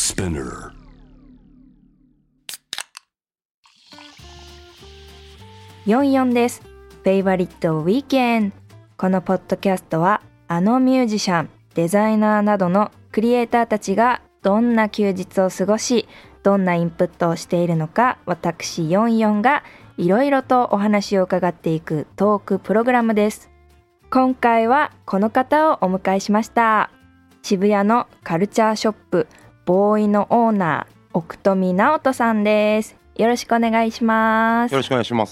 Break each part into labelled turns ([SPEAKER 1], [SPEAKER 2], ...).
[SPEAKER 1] Spinner.
[SPEAKER 2] 44です。フェイバリットウィーケンド。このポッドキャストはあのミュージシャン、デザイナーなどのクリエイターたちがどんな休日を過ごし、どんなインプットをしているのか、私44がいろいろとお話を伺っていくトークプログラムです。今回はこの方をお迎えしました。渋谷のカルチャーショップボーイのオーナー、奥富直人さんです。よろしくお願いします。
[SPEAKER 3] よろしくお願いします。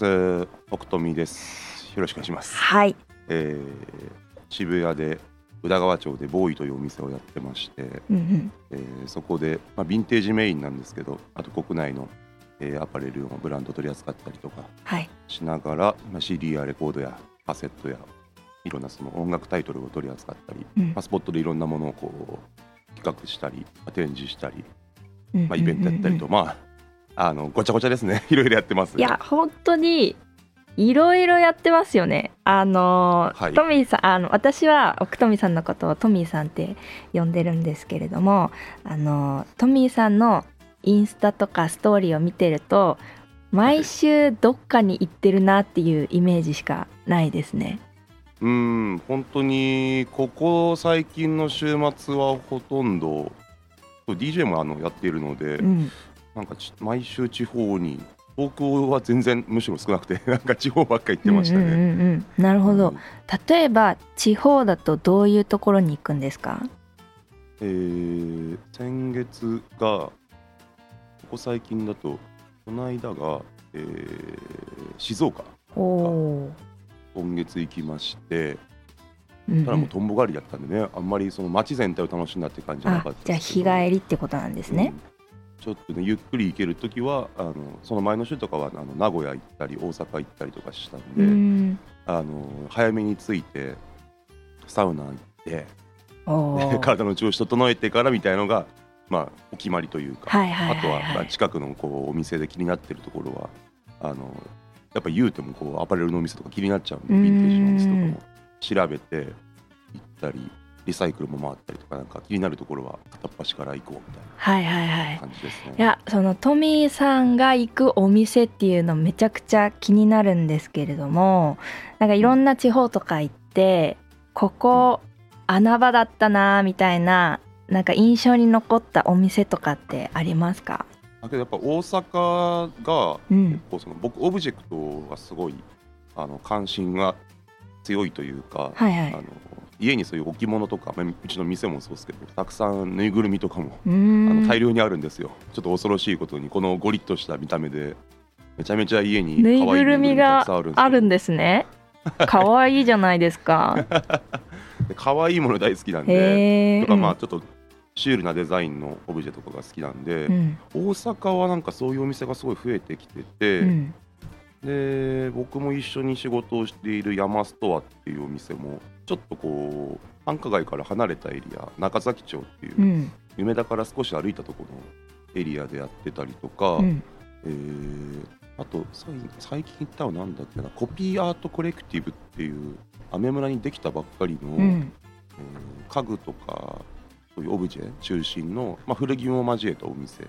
[SPEAKER 3] 奥富です。よろしくお願いします。
[SPEAKER 2] はい、
[SPEAKER 3] 渋谷で宇田川町でボーイというお店をやってまして、そこで、ヴィンテージメインなんですけど、あと国内の、アパレルのブランド取り扱ったりとかしながら、CD やレコードやカセットやいろんなその音楽タイトルを取り扱ったり、スポットでいろんなものをこう企画したり、展示したり、イベントやったりと、ごちゃごちゃですね。いろいろやってます。
[SPEAKER 2] いや本当にいろいろやってますよね。トミーさん、私は奥富さんのことをトミーさんって呼んでるんですけれども、トミーさんのインスタとかストーリーを見てると毎週どっかに行ってるなっていうイメージしかないですね。
[SPEAKER 3] 本当にここ最近の週末はほとんど DJ もやっているので、なんか毎週地方に、東京は全然むしろ少なくてなんか地方ばっかり行ってましたね。
[SPEAKER 2] なるほど。例えば地方だとどういうところに行くんですか？
[SPEAKER 3] 先月が、ここ最近だとこの間が、静岡が今月行きまして、ただもうとんぼ狩りだったんでね、あんまりその街全体を楽しんだって感じじゃなかったですけど。
[SPEAKER 2] じゃあ日帰りってことなんですね。
[SPEAKER 3] ちょっとね、ゆっくり行けるときはその前の週とかは名古屋行ったり大阪行ったりとかしたんで、早めに着いてサウナ行って体の調子整えてからみたいのが、お決まりというか、あとは近くのこうお店で気になってるところはやっぱ言うてもこうアパレルのお店とか気になっちゃうんで、ヴィンテージのお店とかも調べて行ったり、リサイクルも回ったりとか、なんか気になるところは片っ端から行こうみたいな感じですね。
[SPEAKER 2] いや、そのトミーさんが行くお店っていうのめちゃくちゃ気になるんですけれども、なんかいろんな地方とか行って、ここ穴場だったなみたいな、なんか印象に残ったお店とかってありますか？
[SPEAKER 3] だけどやっぱ大阪が結構僕オブジェクトがすごい関心が強いというか、家にそういう置物とか、うちの店もそうですけど、たくさんぬいぐるみとかも大量にあるんですよ。ちょっと恐ろしいことに、このゴリッとした見た目でめちゃめちゃ家に可愛いぬいぐるみが
[SPEAKER 2] あるんですね。可愛いじゃないですか。
[SPEAKER 3] 可愛いもの大好きなんで、とかちょっとシュールなデザインのオブジェとかが好きなんで、大阪はなんかそういうお店がすごい増えてきてて、で僕も一緒に仕事をしている山ストアっていうお店もちょっとこう繁華街から離れたエリア、中崎町っていう、梅田から少し歩いたところのエリアでやってたりとか、あと最近行ったのはなんだっけな、コピーアートコレクティブっていうアメ村にできたばっかりの、家具とかそういうオブジェ中心の、古着も交えたお店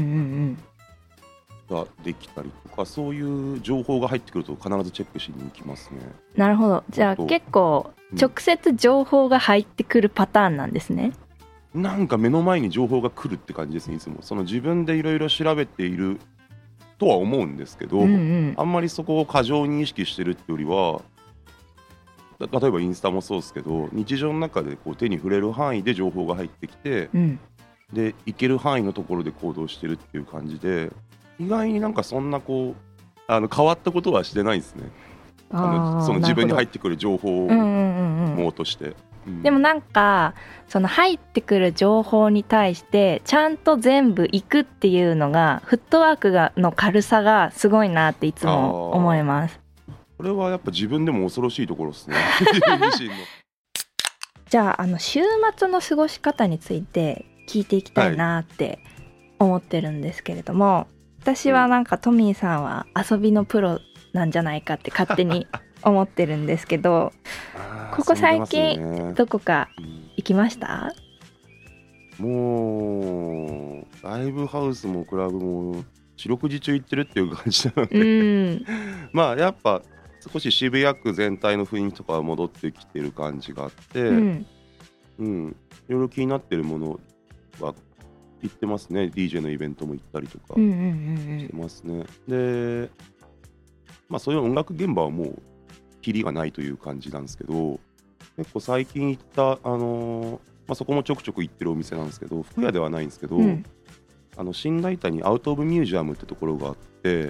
[SPEAKER 3] ができたりとか、そういう情報が入ってくると必ずチェックしに行きますね。
[SPEAKER 2] なるほど。じゃあ結構直接情報が入ってくるパターンなんですね。
[SPEAKER 3] なんか目の前に情報が来るって感じですね。いつもその自分でいろいろ調べているとは思うんですけど、あんまりそこを過剰に意識してるってよりは、例えばインスタもそうですけど、日常の中でこう手に触れる範囲で情報が入ってきて、で行ける範囲のところで行動してるっていう感じで、意外になんかそんなこう変わったことはしてないですね。その自分に入ってくる情報を網として、
[SPEAKER 2] でもなんかその入ってくる情報に対してちゃんと全部行くっていうのが、フットワークの軽さがすごいなっていつも思います。
[SPEAKER 3] これはやっぱ自分でも恐ろしいところですね。自分自身の。
[SPEAKER 2] じゃあ週末の過ごし方について聞いていきたいなって思ってるんですけれども、私はなんかトミーさんは遊びのプロなんじゃないかって勝手に思ってるんですけどここ最近どこか行きました？
[SPEAKER 3] もうライブハウスもクラブも四六時中行ってるっていう感じなのでまあやっぱ少し渋谷区全体の雰囲気とかは戻ってきてる感じがあって、いろいろ気になってるものは行ってますね。 DJ のイベントも行ったりとかしてますね。でまあそういう音楽現場はもうキリがないという感じなんですけど、結構最近行ったそこもちょくちょく行ってるお店なんですけど、服屋ではないんですけど、新大田にアウト・オブ・ミュージアムってところがあって、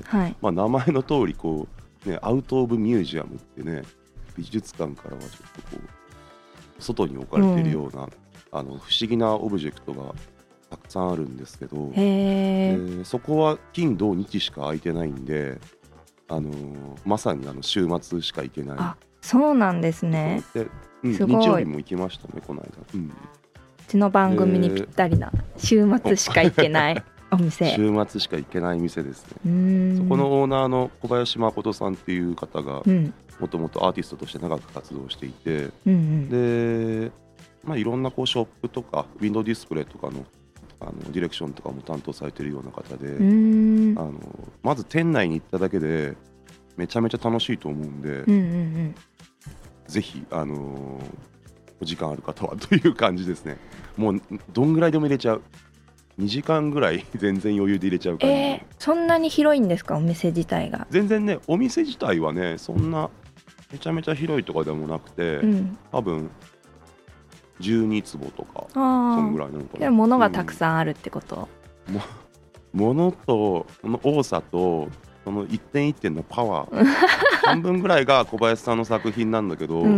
[SPEAKER 3] 名前の通りこう、アウト・オブ・ミュージアムってね、美術館からはちょっとこう外に置かれているような、不思議なオブジェクトがたくさんあるんですけど、そこは金土日しか空いてないんで、まさに週末しか行けない。
[SPEAKER 2] あ、そうなんですね。
[SPEAKER 3] すごい。日曜日も行きましたね、この間。う
[SPEAKER 2] ちの番組にぴったりな週末しか行けないお店。
[SPEAKER 3] 週末しか行けない店ですね。そこのオーナーの小林誠さんっていう方がもともとアーティストとして長く活動していて、で、いろんなこうショップとかウィンドウディスプレイとかのディレクションとかも担当されているような方で、まず店内に行っただけでめちゃめちゃ楽しいと思うんで、ぜひお時間ある方はという感じですね。もうどんぐらいでも入れちゃう。2時間ぐらい全然余裕で入れちゃう感じ。
[SPEAKER 2] そんなに広いんですか、お店自体が。
[SPEAKER 3] 全然ね、お店自体はねそんなめちゃめちゃ広いとかでもなくて、多分12坪とかそんぐらいなのかな。
[SPEAKER 2] でも物がたくさんあるってこと、
[SPEAKER 3] 物とその多さとその一点一点のパワー半分ぐらいが小林さんの作品なんだけど、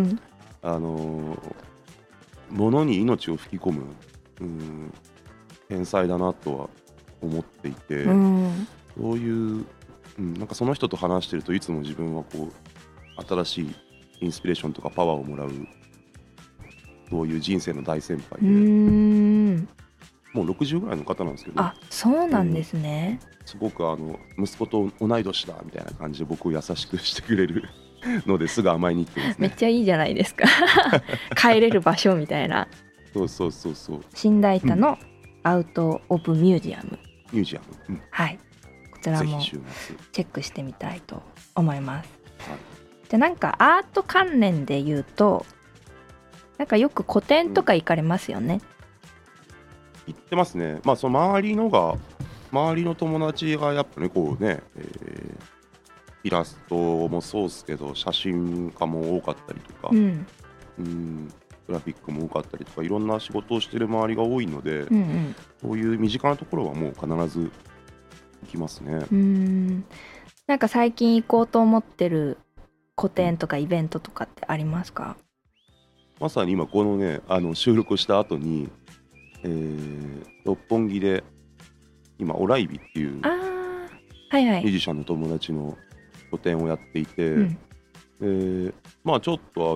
[SPEAKER 3] 物に命を吹き込む、天才だなとは思っていて、そういう、なんかその人と話してるといつも自分はこう新しいインスピレーションとかパワーをもらう、そういう人生の大先輩で、もう60ぐらいの方なんですけど。
[SPEAKER 2] あ、そうなんですね。
[SPEAKER 3] すごく息子と同い年だみたいな感じで僕を優しくしてくれるのですぐ甘えに行ってますね。
[SPEAKER 2] めっちゃいいじゃないですか帰れる場所みたいな。
[SPEAKER 3] そう。
[SPEAKER 2] 新大田のアウト・オブ・ミュージアム、はい、こちらもチェックしてみたいと思います。じゃあなんかアート関連で言うと、なんかよく個展とか行かれますよね。
[SPEAKER 3] 行ってますね。その周りの友達がやっぱねこうね、イラストもそうですけど写真家も多かったりとか、グラフィックも多かったりとか、いろんな仕事をしてる周りが多いので、そういう身近なところはもう必ず行きますね。
[SPEAKER 2] なんか最近行こうと思ってる個展とかイベントとかってありますか？
[SPEAKER 3] まさに今このね収録した後に、六本木で今オライビっていうミュージシャンの友達の個展をやっていて、ちょっと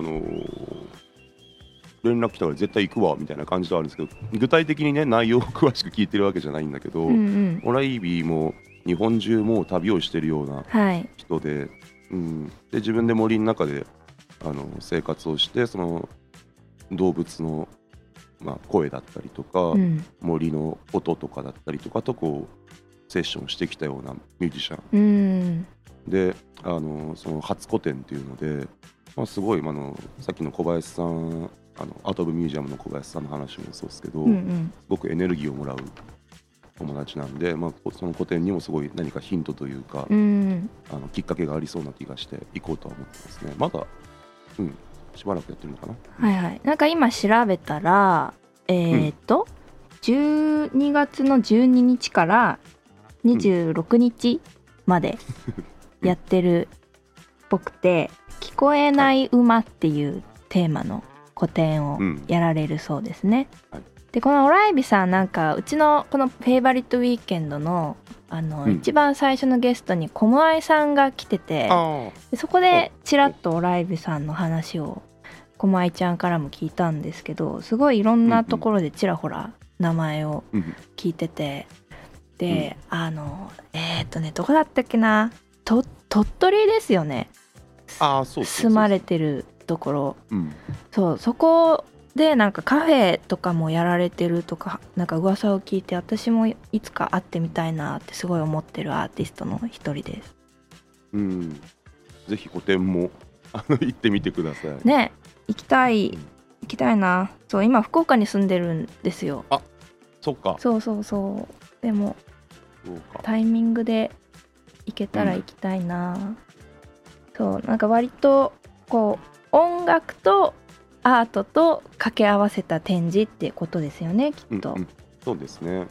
[SPEAKER 3] 連絡来たから絶対行くわみたいな感じではあるんですけど、具体的にね内容を詳しく聞いてるわけじゃないんだけど、オライビも日本中もう旅をしてるような人で、で自分で森の中で生活をして、その動物の声だったりとか、森の音とかだったりとかとこうセッションしてきたようなミュージシャン、でその初個展っていうので、すごいさっきの小林さんアート・オブ・ミュージアムの小林さんの話もそうですけど、すごくエネルギーをもらう友達なんで、その個展にもすごい何かヒントというか、きっかけがありそうな気がして行こうとは思ってますね。まだしばらくやってるのかな。
[SPEAKER 2] なんか今調べたら12月の12日から26日までやってるっぽくて、聞こえない馬っていうテーマの個展をやられるそうですね。でこのオライビさん、なんかうちのこのフェイバリットウィーケンドの一番最初のゲストにコムアイさんが来てて、でそこでちらっとオライビさんの話をコムアイちゃんからも聞いたんですけど、すごいいろんなところでちらほら名前を聞いてて、でどこだったっけな、鳥取ですよね。
[SPEAKER 3] そう
[SPEAKER 2] 住まれてるところ、そこでなんかカフェとかもやられてるとかなんか噂を聞いて、私もいつか会ってみたいなってすごい思ってるアーティストの一人です。
[SPEAKER 3] ぜひ個展も行ってみてください
[SPEAKER 2] ね。行きたいな。そう、今福岡に住んでるんですよ。
[SPEAKER 3] あ、そっか。
[SPEAKER 2] そうでもタイミングで行けたら行きたいな、そうなんか割とこう音楽とアートと掛け合わせた展示ってことですよね、きっと。
[SPEAKER 3] そうですね。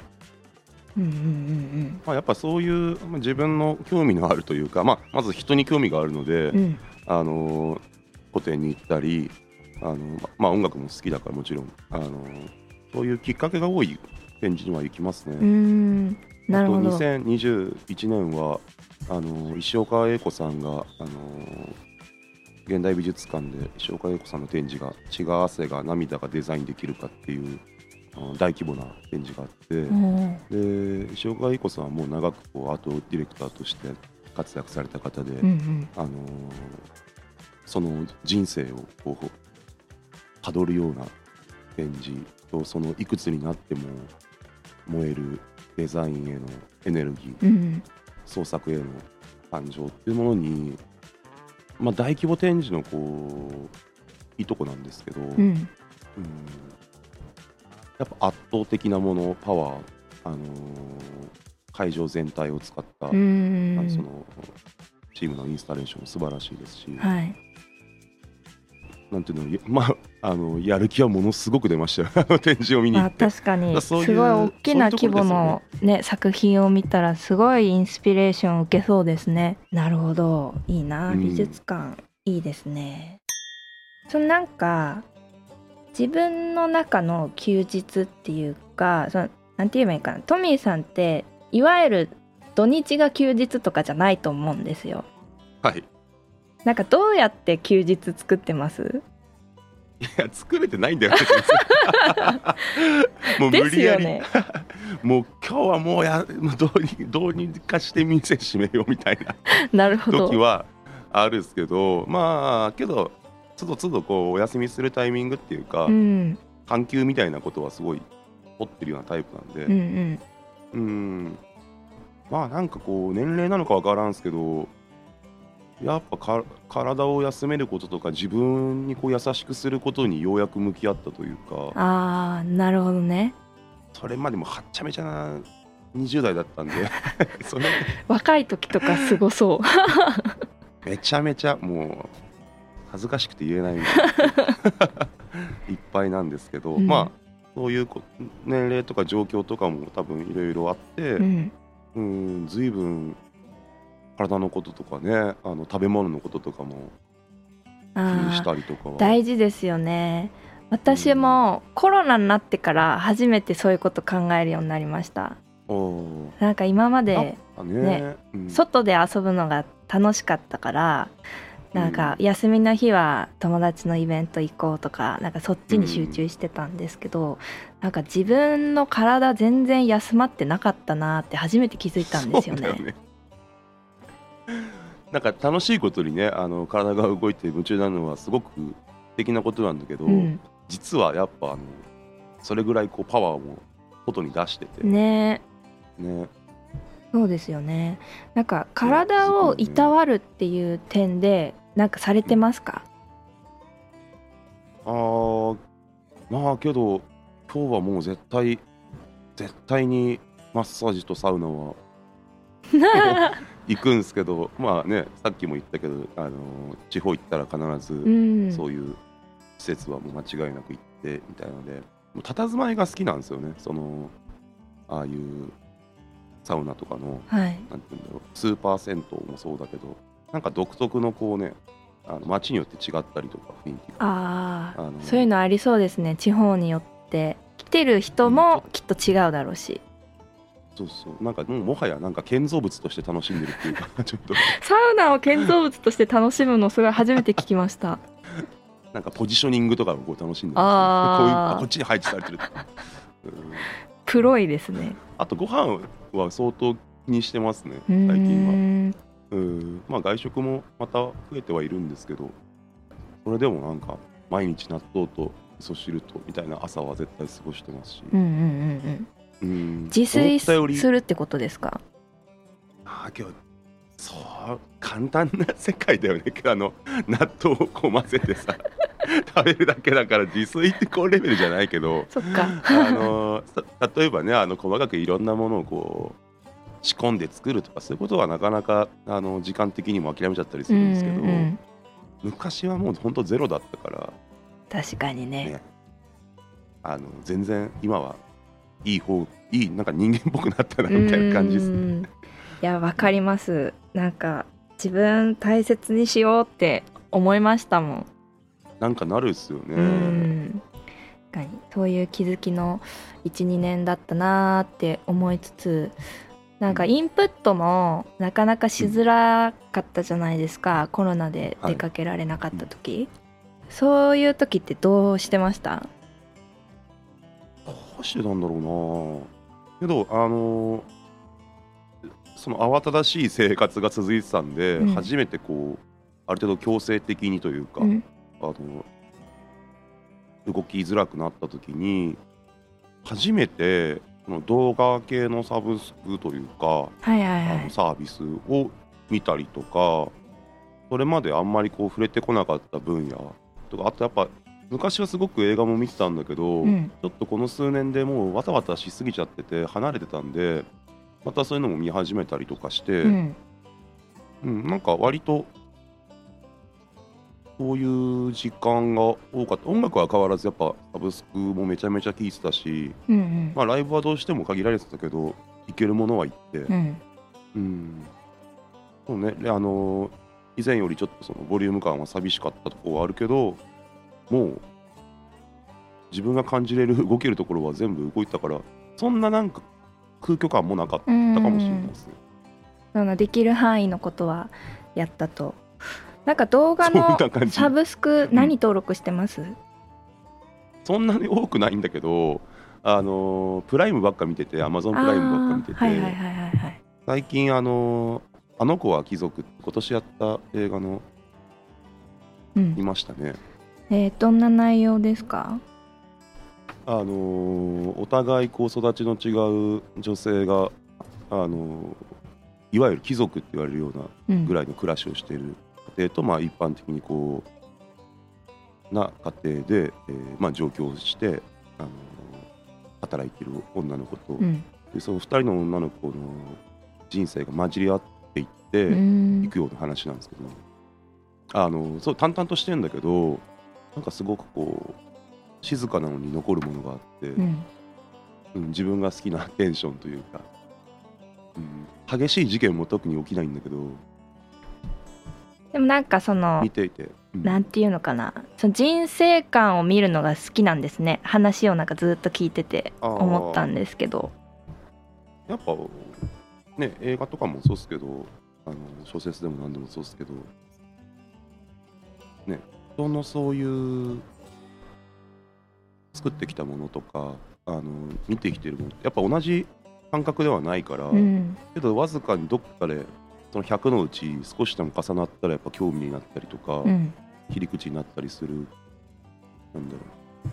[SPEAKER 3] やっぱそういう自分の興味のあるというか、まず人に興味があるので、個展に行ったり音楽も好きだからもちろんそういうきっかけが多い展示には行きますね。
[SPEAKER 2] なるほど。
[SPEAKER 3] あと2021年は石岡英子さんが現代美術館で石岡英子さんの展示が「血が汗が涙がデザインできるか」っていう大規模な展示があって、で石岡英子さんはもう長くアートディレクターとして活躍された方で、その人生をたどるような展示と、そのいくつになっても燃えるデザインへのエネルギー、創作への感情っていうものに、大規模展示のいいとこなんですけど、やっぱ圧倒的なもの、パワー、会場全体を使ったそのチームのインスタレーション素晴らしいですし、なんていうの、やる気はものすごく出ましたよ展示を見に行って。
[SPEAKER 2] 確かにすごい大きな規模の、作品を見たらすごいインスピレーションを受けそうですね。なるほど、いいな、美術館いいですね。なんか自分の中の休日っていうか、なんて言えばいいかな、トミーさんっていわゆる土日が休日とかじゃないと思うんですよ。
[SPEAKER 3] はい。
[SPEAKER 2] なんかどうやって休日作ってます？
[SPEAKER 3] いや、作れてないんだよもう無理やり、ね、もう今日はもうどうにかして店閉めようみたいな時はあるんですけど、けどつどつどお休みするタイミングっていうか、緩急みたいなことはすごい取ってるようなタイプなんで、なんか年齢なのか分からんすけど、やっぱ体を休めることとか自分に優しくすることにようやく向き合ったというか。
[SPEAKER 2] なるほどね。
[SPEAKER 3] それまでもはっちゃめちゃな20代だったんでそれ
[SPEAKER 2] 若い時とかすごそう
[SPEAKER 3] めちゃめちゃもう恥ずかしくて言えないみたいいっぱいなんですけど、そういう年齢とか状況とかも多分いろいろあって、随分体のこととかね、食べ物のこととかも気にしたりとかは
[SPEAKER 2] 大事ですよね。私もコロナになってから初めてそういうこと考えるようになりました。なんか今まで外で遊ぶのが楽しかったから、なんか休みの日は友達のイベント行こうとか、なんかそっちに集中してたんですけど、なんか自分の体全然休まってなかったなって初めて気づいたんですよね。
[SPEAKER 3] なんか楽しいことにね、体が動いて夢中なのはすごく素敵なことなんだけど、実はやっぱそれぐらいパワーも外に出してて
[SPEAKER 2] ね。そうですよね。なんか体をいたわるっていう点でなんかされてますか？
[SPEAKER 3] けど今日はもう絶対にマッサージとサウナは行くんですけど、さっきも言ったけど地方行ったら必ずそういう施設はもう間違いなく行ってみたいので、佇まいが好きなんですよね。ああいうサウナとかの、なんていうんだろう、スーパー銭湯もそうだけど、なんか独特の街によって違ったりとか雰囲気が
[SPEAKER 2] そういうのありそうですね。地方によって来てる人もきっと違うだろうし、
[SPEAKER 3] そうなんかもはやなんか建造物として楽しんでるっていうかちょっと
[SPEAKER 2] サウナを建造物として楽しむのすごい初めて聞きました
[SPEAKER 3] なんかポジショニングとかを楽しんでるんですよ、こっちに配置されてるとか
[SPEAKER 2] プロいですね。
[SPEAKER 3] あとご飯は相当気にしてますね、最近は。外食もまた増えてはいるんですけど、それでもなんか毎日納豆と味噌汁とみたいな朝は絶対過ごしてますし、
[SPEAKER 2] 自炊するってことですか？
[SPEAKER 3] 今日そう簡単な世界だよね。納豆をこう混ぜてさ食べるだけだから自炊ってこうレベルじゃないけど
[SPEAKER 2] そっか
[SPEAKER 3] 例えばね細かくいろんなものをこう仕込んで作るとかそういうことはなかなか時間的にも諦めちゃったりするんですけど、昔はもうほんとゼロだったから。
[SPEAKER 2] 確かに ね
[SPEAKER 3] 全然今はいいなんか人間っぽくなったなみたいな感じですね。
[SPEAKER 2] いやわかります。なんか自分大切にしようって思いましたもん。
[SPEAKER 3] なんかなるっすよね。
[SPEAKER 2] 確かにそういう気づきの 1,2 年だったなって思いつつ、なんかインプットもなかなかしづらかったじゃないですか、コロナで出かけられなかった時、そういう時ってどうしてました？
[SPEAKER 3] どうしてたんだろうな。けどその慌ただしい生活が続いてたんで、初めてこうある程度強制的にというか、動きづらくなった時に初めて動画系のサブスクというか、サービスを見たりとか、それまであんまりこう触れてこなかった分野とか、あとやっぱ昔はすごく映画も見てたんだけど、ちょっとこの数年でもうわたわたしすぎちゃってて離れてたんで、またそういうのも見始めたりとかして、なんか割とそういう時間が多かった。音楽は変わらずやっぱサブスクもめちゃめちゃ聴いてたし、ライブはどうしても限られてたけど行けるものは行って、そうね、以前よりちょっとそのボリューム感は寂しかったところはあるけど、もう自分が感じれる動けるところは全部動いたから、そんななんか空虚感もなかったかもしれないですね。
[SPEAKER 2] できる範囲のことはやったと。なんか動画のサブスク何登録してます？
[SPEAKER 3] そんなに多くないんだけど、プライムばっか見てて、アマゾンプライムばっか見てて、最近あの子は貴族今年やった映画の、見ましたね。
[SPEAKER 2] どんな内容ですか？
[SPEAKER 3] お互いこう育ちの違う女性がいわゆる貴族って言われるようなぐらいの暮らしをしている家庭と、一般的にこうな家庭で、上京して働いている女の子と、でその2人の女の子の人生が混じり合っていっていくような話なんですけど、そう淡々としてるんだけど、なんかすごくこう静かなのに残るものがあって、自分が好きなテンションというか、激しい事件も特に起きないんだけど、
[SPEAKER 2] でもなんかその
[SPEAKER 3] 見ていて、
[SPEAKER 2] なんていうのかな、その人生観を見るのが好きなんですね。話をなんかずっと聞いてて思ったんですけど、
[SPEAKER 3] やっぱね、映画とかもそうですけど、小説でも何でもそうですけどね、人のそういう作ってきたものとか見てきてるものやっぱ同じ感覚ではないから、けどわずかにどっかでその100のうち少しでも重なったらやっぱ興味になったりとか、切り口になったりする、なんだ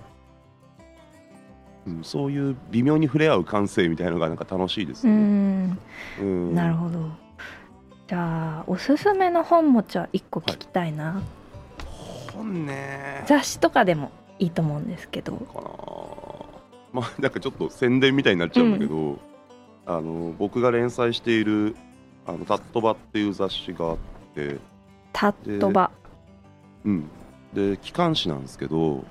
[SPEAKER 3] ろう、そういう微妙に触れ合う感性みたいなのがなんか楽しいですね。
[SPEAKER 2] なるほど。じゃあおすすめの本もじゃあ1個聞きたいな。
[SPEAKER 3] 本ね、
[SPEAKER 2] 雑誌とかでもいいと思うんですけど。
[SPEAKER 3] なんかちょっと宣伝みたいになっちゃうんだけど、僕が連載しているタットバっていう雑誌があって、
[SPEAKER 2] タットバ、
[SPEAKER 3] で機関誌なんですけど、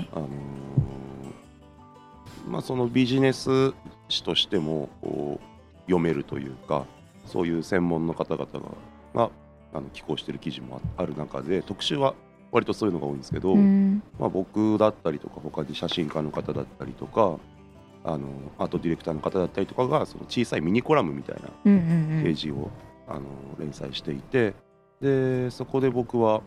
[SPEAKER 3] そのビジネス誌としてもこう読めるというか、そういう専門の方々が寄稿している記事もある中で、特集は割とそういうのが多いんですけど、僕だったりとか他に写真家の方だったりとかアートディレクターの方だったりとかがその小さいミニコラムみたいなページを連載していて、でそこで僕は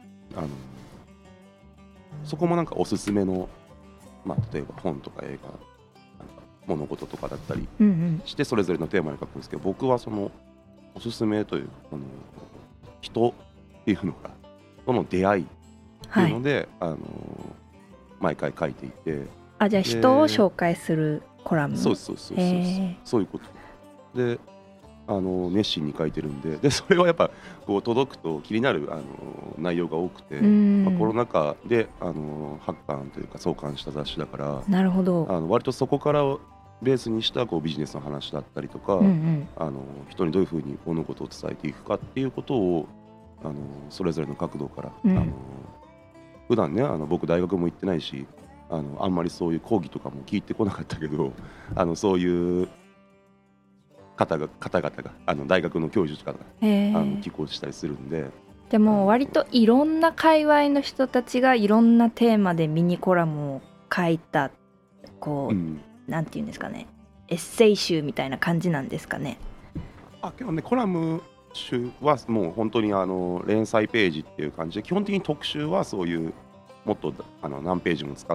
[SPEAKER 3] そこもなんかおすすめの、例えば本とか映画なんか物事とかだったりしてそれぞれのテーマに書くんですけど、僕はそのおすすめという人っていうのがとの出会いっていうので、 毎回書いていて、
[SPEAKER 2] じゃあ人を紹介するコラム。
[SPEAKER 3] そういうことで熱心に書いてるんで、それはやっぱこう届くと気になる内容が多くて、コロナ禍で発刊というか創刊した雑誌だから、
[SPEAKER 2] なるほど、
[SPEAKER 3] 割とそこからベースにしたこうビジネスの話だったりとか、人にどういうふうに物事を伝えていくかっていうことをそれぞれの角度から、普段ね僕大学も行ってないしあんまりそういう講義とかも聞いてこなかったけどそういう方々が大学の教授とかが寄稿したりするんで、
[SPEAKER 2] でも割といろんな界隈の人たちがいろんなテーマでミニコラムを書いたこう、なんていうんですかね、エッセイ集みたいな感じなんですかね。
[SPEAKER 3] 結構ねコラム集はもう本当に連載ページっていう感じで、基本的に特集はそういうもっと何ページも使って、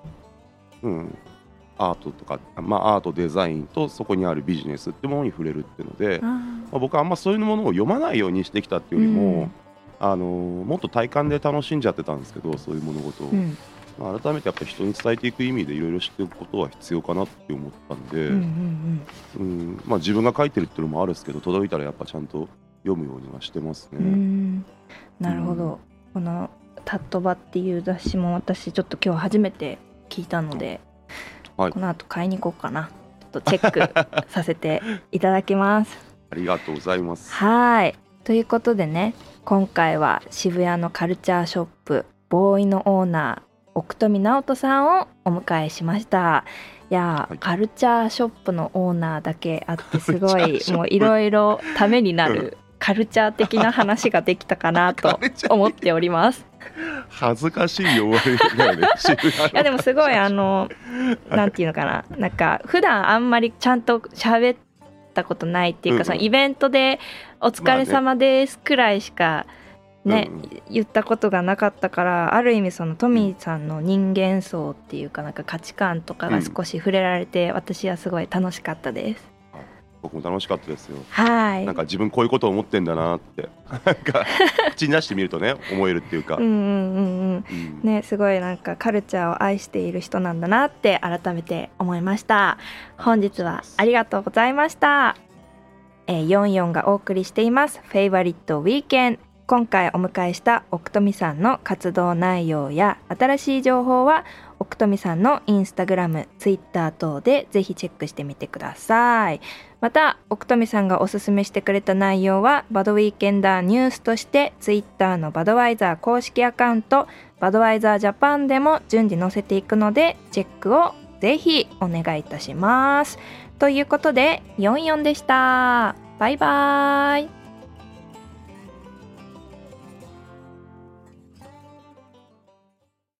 [SPEAKER 3] アートとか、アートデザインとそこにあるビジネスってものに触れるっていうので、僕はあんまそういうものを読まないようにしてきたっていうよりも、もっと体感で楽しんじゃってたんですけど、そういう物事を、改めてやっぱり人に伝えていく意味でいろいろ知っておくことは必要かなって思ったんで、自分が書いてるっていうのもあるんですけど、届いたらやっぱちゃんと読むようにはしてますね。
[SPEAKER 2] なるほど、このタットバっていう雑誌も私ちょっと今日初めて聞いたので、この後買いに行こうかな。ちょっとチェックさせていただきます
[SPEAKER 3] ありがとうございます。
[SPEAKER 2] はい、ということでね、今回は渋谷のカルチャーショップボーイのオーナー奥富直人さんをお迎えしました。いや、カルチャーショップのオーナーだけあってすごいもういろいろためになるカルチャー的な話ができたかなと思っております
[SPEAKER 3] 恥ずかしいよね
[SPEAKER 2] いやでもすごいなんていうのかな、なんか普段あんまりちゃんと喋ったことないっていうか、そのイベントでお疲れ様ですくらいしか言ったことがなかったから、ある意味そのトミーさんの人間層っていうか、なんか価値観とかが少し触れられて、私はすごい楽しかったです。
[SPEAKER 3] 僕も楽しかったですよ。
[SPEAKER 2] はい、
[SPEAKER 3] なんか自分こういうことを思ってんだなってなんか口に出してみるとね思えるっていうか、ね、すごいなんかカルチャーを愛している人なんだなって改めて思いました。本日はありがとうございました。44がお送りしていますフェイバリットウィーケン。今回お迎えした奥富さんの活動内容や新しい情報は奥富さんのインスタグラム、ツイッター等でぜひチェックしてみてください。また奥富さんがおすすめしてくれた内容はバドウィーケンダーニュースとしてツイッターのバドワイザー公式アカウントバドワイザージャパンでも順次載せていくのでチェックをぜひお願いいたします。ということで44でした。バイバイ。